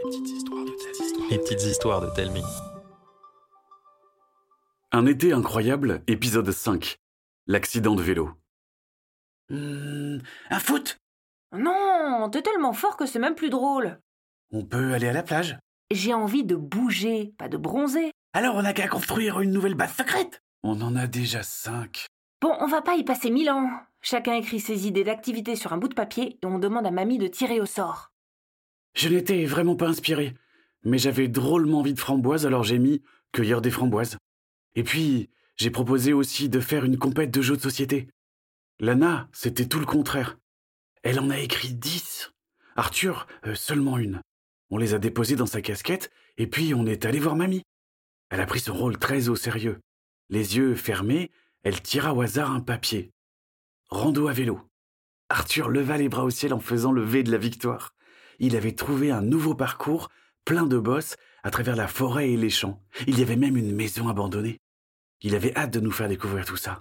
Les petites histoires de Telmi. Un été incroyable, épisode 5. L'accident de vélo. Un foot? Non, t'es tellement fort que c'est même plus drôle. On peut aller à la plage? J'ai envie de bouger, pas de bronzer. Alors on n'a qu'à construire une nouvelle base secrète. On en a déjà 5. Bon, on va pas y passer 1000 ans. Chacun écrit ses idées d'activité sur un bout de papier et on demande à mamie de tirer au sort. Je n'étais vraiment pas inspiré, mais j'avais drôlement envie de framboises, alors j'ai mis cueilleur des framboises. Et puis, j'ai proposé aussi de faire une compète de jeux de société. Lana, c'était tout le contraire. Elle en a écrit 10. Arthur, seulement une. On les a déposés dans sa casquette, et puis on est allé voir mamie. Elle a pris son rôle très au sérieux. Les yeux fermés, elle tira au hasard un papier. Rando à vélo. Arthur leva les bras au ciel en faisant le V de la victoire. Il avait trouvé un nouveau parcours, plein de bosses, à travers la forêt et les champs. Il y avait même une maison abandonnée. Il avait hâte de nous faire découvrir tout ça.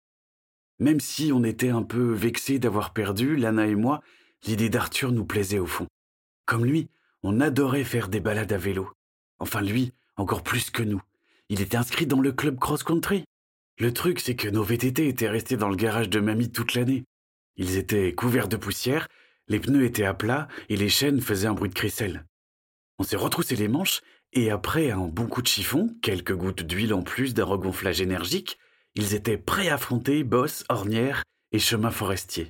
Même si on était un peu vexés d'avoir perdu, Lana et moi, l'idée d'Arthur nous plaisait au fond. Comme lui, on adorait faire des balades à vélo. Enfin lui, encore plus que nous. Il était inscrit dans le club cross-country. Le truc, c'est que nos VTT étaient restés dans le garage de mamie toute l'année. Ils étaient couverts de poussière, les pneus étaient à plat et les chaînes faisaient un bruit de crécelle. On s'est retroussé les manches et après un bon coup de chiffon, quelques gouttes d'huile en plus d'un regonflage énergique, ils étaient prêts à affronter bosses, ornières et chemins forestiers.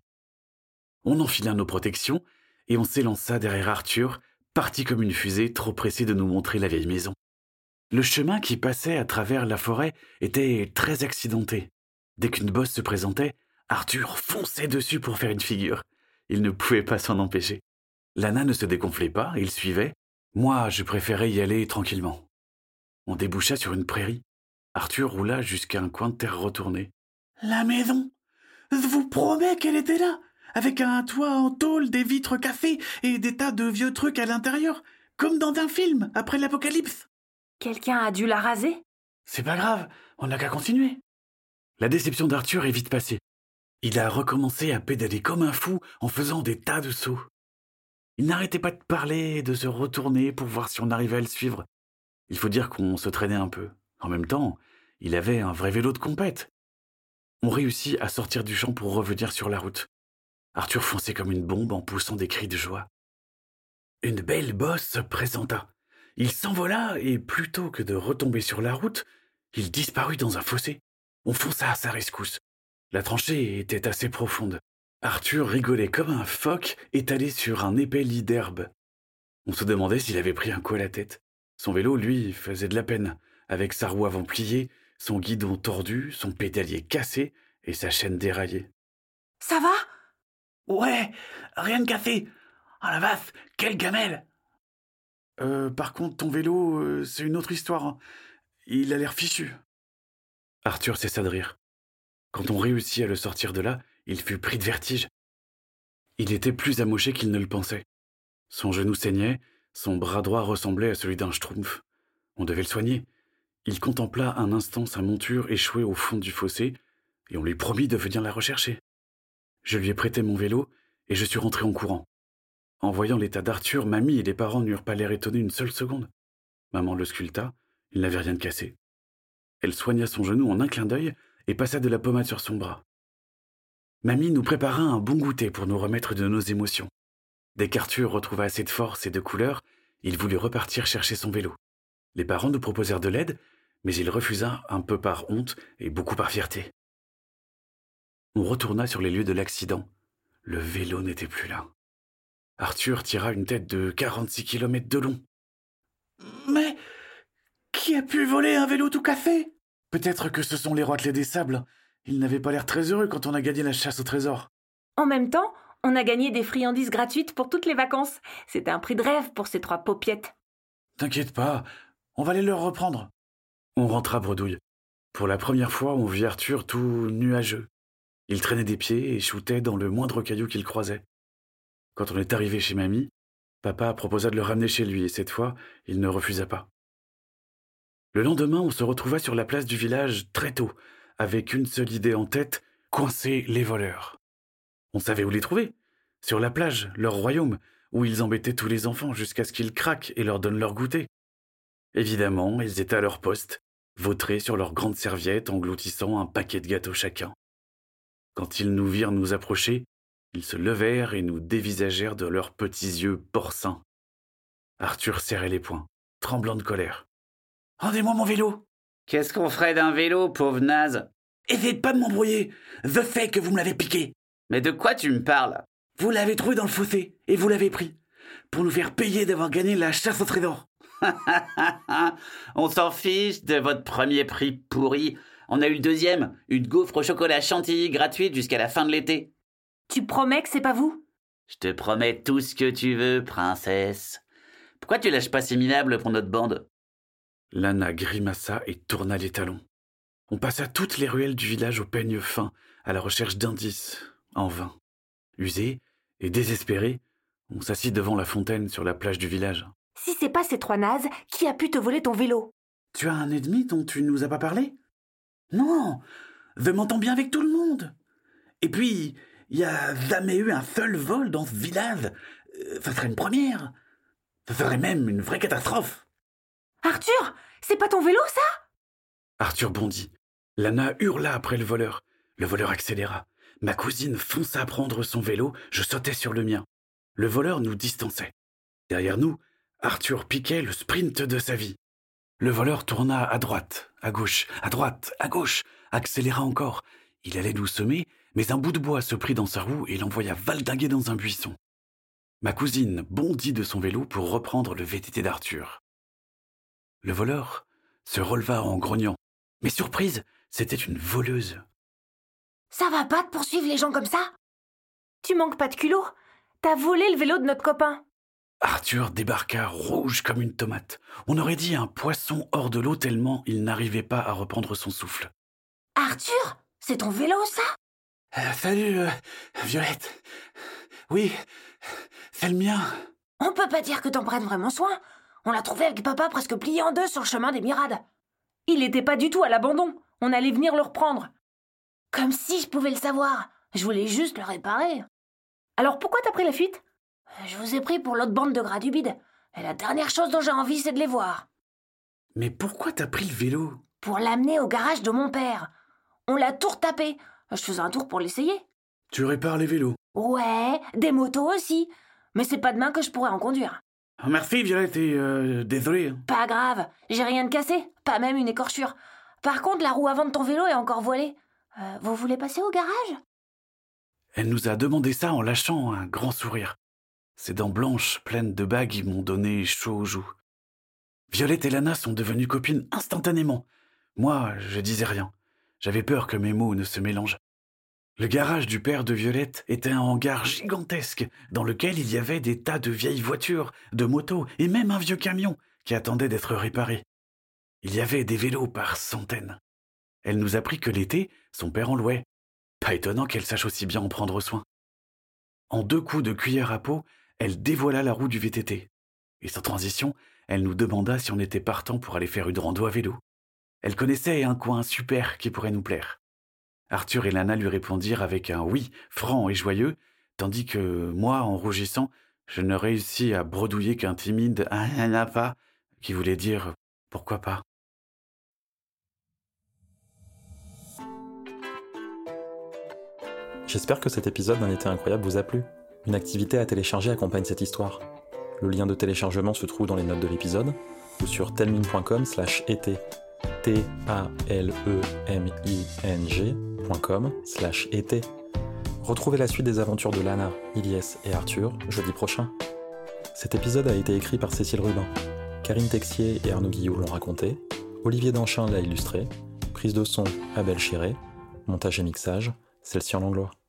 On enfila nos protections et on s'élança derrière Arthur, parti comme une fusée, trop pressé de nous montrer la vieille maison. Le chemin qui passait à travers la forêt était très accidenté. Dès qu'une bosse se présentait, Arthur fonçait dessus pour faire une figure. Il ne pouvait pas s'en empêcher. Lana ne se dégonflait pas, il suivait. Moi, je préférais y aller tranquillement. On déboucha sur une prairie. Arthur roula jusqu'à un coin de terre retourné. La maison? Je vous promets qu'elle était là, avec un toit en tôle, des vitres cassées et des tas de vieux trucs à l'intérieur, comme dans un film, après l'apocalypse. Quelqu'un a dû la raser? C'est pas grave, on n'a qu'à continuer. La déception d'Arthur est vite passée. Il a recommencé à pédaler comme un fou en faisant des tas de sauts. Il n'arrêtait pas de parler et de se retourner pour voir si on arrivait à le suivre. Il faut dire qu'on se traînait un peu. En même temps, il avait un vrai vélo de compète. On réussit à sortir du champ pour revenir sur la route. Arthur fonçait comme une bombe en poussant des cris de joie. Une belle bosse se présenta. Il s'envola et plutôt que de retomber sur la route, il disparut dans un fossé. On fonça à sa rescousse. La tranchée était assez profonde. Arthur rigolait comme un phoque étalé sur un épais lit d'herbe. On se demandait s'il avait pris un coup à la tête. Son vélo, lui, faisait de la peine, avec sa roue avant pliée, son guidon tordu, son pédalier cassé et sa chaîne déraillée. Ça va? Ouais, rien de cassé. Oh la vache, quelle gamelle! Par contre, ton vélo, c'est une autre histoire. Hein. Il a l'air fichu. Arthur cessa de rire. Quand on réussit à le sortir de là, il fut pris de vertige. Il était plus amoché qu'il ne le pensait. Son genou saignait, son bras droit ressemblait à celui d'un schtroumpf. On devait le soigner. Il contempla un instant sa monture échouée au fond du fossé, et on lui promit de venir la rechercher. Je lui ai prêté mon vélo, et je suis rentré en courant. En voyant l'état d'Arthur, mamie et les parents n'eurent pas l'air étonnés une seule seconde. Maman le sculpta, il n'avait rien de cassé. Elle soigna son genou en un clin d'œil et passa de la pommade sur son bras. Mamie nous prépara un bon goûter pour nous remettre de nos émotions. Dès qu'Arthur retrouva assez de force et de couleur, il voulut repartir chercher son vélo. Les parents nous proposèrent de l'aide, mais il refusa un peu par honte et beaucoup par fierté. On retourna sur les lieux de l'accident. Le vélo n'était plus là. Arthur tira une tête de 46 kilomètres de long. Mais qui a pu voler un vélo tout cassé? Peut-être que ce sont les roitelets des sables. Ils n'avaient pas l'air très heureux quand on a gagné la chasse au trésor. En même temps, on a gagné des friandises gratuites pour toutes les vacances. C'était un prix de rêve pour ces 3 paupiettes. T'inquiète pas, on va les leur reprendre. On rentra bredouille. Pour la première fois, on vit Arthur tout nuageux. Il traînait des pieds et shootait dans le moindre caillou qu'il croisait. Quand on est arrivé chez mamie, papa proposa de le ramener chez lui et cette fois, il ne refusa pas. Le lendemain, on se retrouva sur la place du village très tôt, avec une seule idée en tête, coincer les voleurs. On savait où les trouver. Sur la plage, leur royaume, où ils embêtaient tous les enfants jusqu'à ce qu'ils craquent et leur donnent leur goûter. Évidemment, ils étaient à leur poste, vautrés sur leurs grandes serviettes, engloutissant un paquet de gâteaux chacun. Quand ils nous virent nous approcher, ils se levèrent et nous dévisagèrent de leurs petits yeux porcins. Arthur serrait les poings, tremblant de colère. « Rendez-moi mon vélo !»« Qu'est-ce qu'on ferait d'un vélo, pauvre naze ?»« Essayez pas de m'embrouiller. The fait que vous me l'avez piqué. »« Mais de quoi tu me parles ?»« Vous l'avez trouvé dans le fossé et vous l'avez pris. Pour nous faire payer d'avoir gagné la chasse au trésor. » On s'en fiche de votre premier prix pourri. On a eu le deuxième, une gaufre au chocolat chantilly gratuite jusqu'à la fin de l'été. Tu promets que c'est pas vous ? Je te promets tout ce que tu veux, princesse. Pourquoi tu lâches pas ces minables pour notre bande ? Lana grimaça et tourna les talons. On passa toutes les ruelles du village au peigne fin, à la recherche d'indices, en vain. Usés et désespérés, on s'assit devant la fontaine sur la plage du village. Si c'est pas ces 3 nazes, qui a pu te voler ton vélo ? Tu as un ennemi dont tu nous as pas parlé ? Non, The m'entend bien avec tout le monde. Et puis, il y a jamais eu un seul vol dans ce village. Ça serait une première. Ça serait même une vraie catastrophe. Arthur, c'est pas ton vélo, ça ? Arthur bondit. Lana hurla après le voleur. Le voleur accéléra. Ma cousine fonça prendre son vélo, je sautai sur le mien. Le voleur nous distançait. Derrière nous, Arthur piquait le sprint de sa vie. Le voleur tourna à droite, à gauche, à droite, à gauche, accéléra encore. Il allait nous semer, mais un bout de bois se prit dans sa roue et l'envoya valdinguer dans un buisson. Ma cousine bondit de son vélo pour reprendre le VTT d'Arthur. Le voleur se releva en grognant. Mais surprise, c'était une voleuse. Ça va pas de poursuivre les gens comme ça ? Tu manques pas de culot ? T'as volé le vélo de notre copain. Arthur débarqua rouge comme une tomate. On aurait dit un poisson hors de l'eau tellement il n'arrivait pas à reprendre son souffle. Arthur, c'est ton vélo, ça ? Salut, Violette. Oui, c'est le mien. On peut pas dire que t'en prennes vraiment soin. On l'a trouvé avec papa presque plié en deux sur le chemin des Mirades. Il était pas du tout à l'abandon. On allait venir le reprendre. Comme si je pouvais le savoir. Je voulais juste le réparer. Alors pourquoi t'as pris la fuite ? Je vous ai pris pour l'autre bande de gras du bide. Et la dernière chose dont j'ai envie, c'est de les voir. Mais pourquoi t'as pris le vélo ? Pour l'amener au garage de mon père. On l'a tout retapé. Je faisais un tour pour l'essayer. Tu répares les vélos ? Ouais, des motos aussi. Mais c'est pas demain que je pourrai en conduire. Merci, Violette, et désolé. Pas grave, j'ai rien de cassé. Pas même une écorchure. Par contre, la roue avant de ton vélo est encore voilée. Vous voulez passer au garage ? Elle nous a demandé ça en lâchant un grand sourire. Ses dents blanches, pleines de bagues, m'ont donné chaud aux joues. Violette et Lana sont devenues copines instantanément. Moi, je disais rien. J'avais peur que mes mots ne se mélangent. Le garage du père de Violette était un hangar gigantesque dans lequel il y avait des tas de vieilles voitures, de motos et même un vieux camion qui attendait d'être réparé. Il y avait des vélos par centaines. Elle nous apprit que l'été, son père en louait. Pas étonnant qu'elle sache aussi bien en prendre soin. En 2 coups de cuillère à peau, elle dévoila la roue du VTT. Et sans transition, elle nous demanda si on était partant pour aller faire une rando à vélo. Elle connaissait un coin super qui pourrait nous plaire. Arthur et Lana lui répondirent avec un oui franc et joyeux, tandis que moi, en rougissant, je ne réussis à bredouiller qu'un timide « ah n'a pas » qui voulait dire « pourquoi pas ». J'espère que cet épisode d'un été incroyable vous a plu. Une activité à télécharger accompagne cette histoire. Le lien de téléchargement se trouve dans les notes de l'épisode ou sur telming.com/été. TALEMING.com/été. Retrouvez la suite des aventures de Lana, Ilyes et Arthur jeudi prochain. Cet épisode a été écrit par Cécile Rubin. Karine Texier et Arnaud Guillou l'ont raconté. Olivier Danchin l'a illustré. Prise de son, Abel Chiré. Montage et mixage, Celsius Langlois.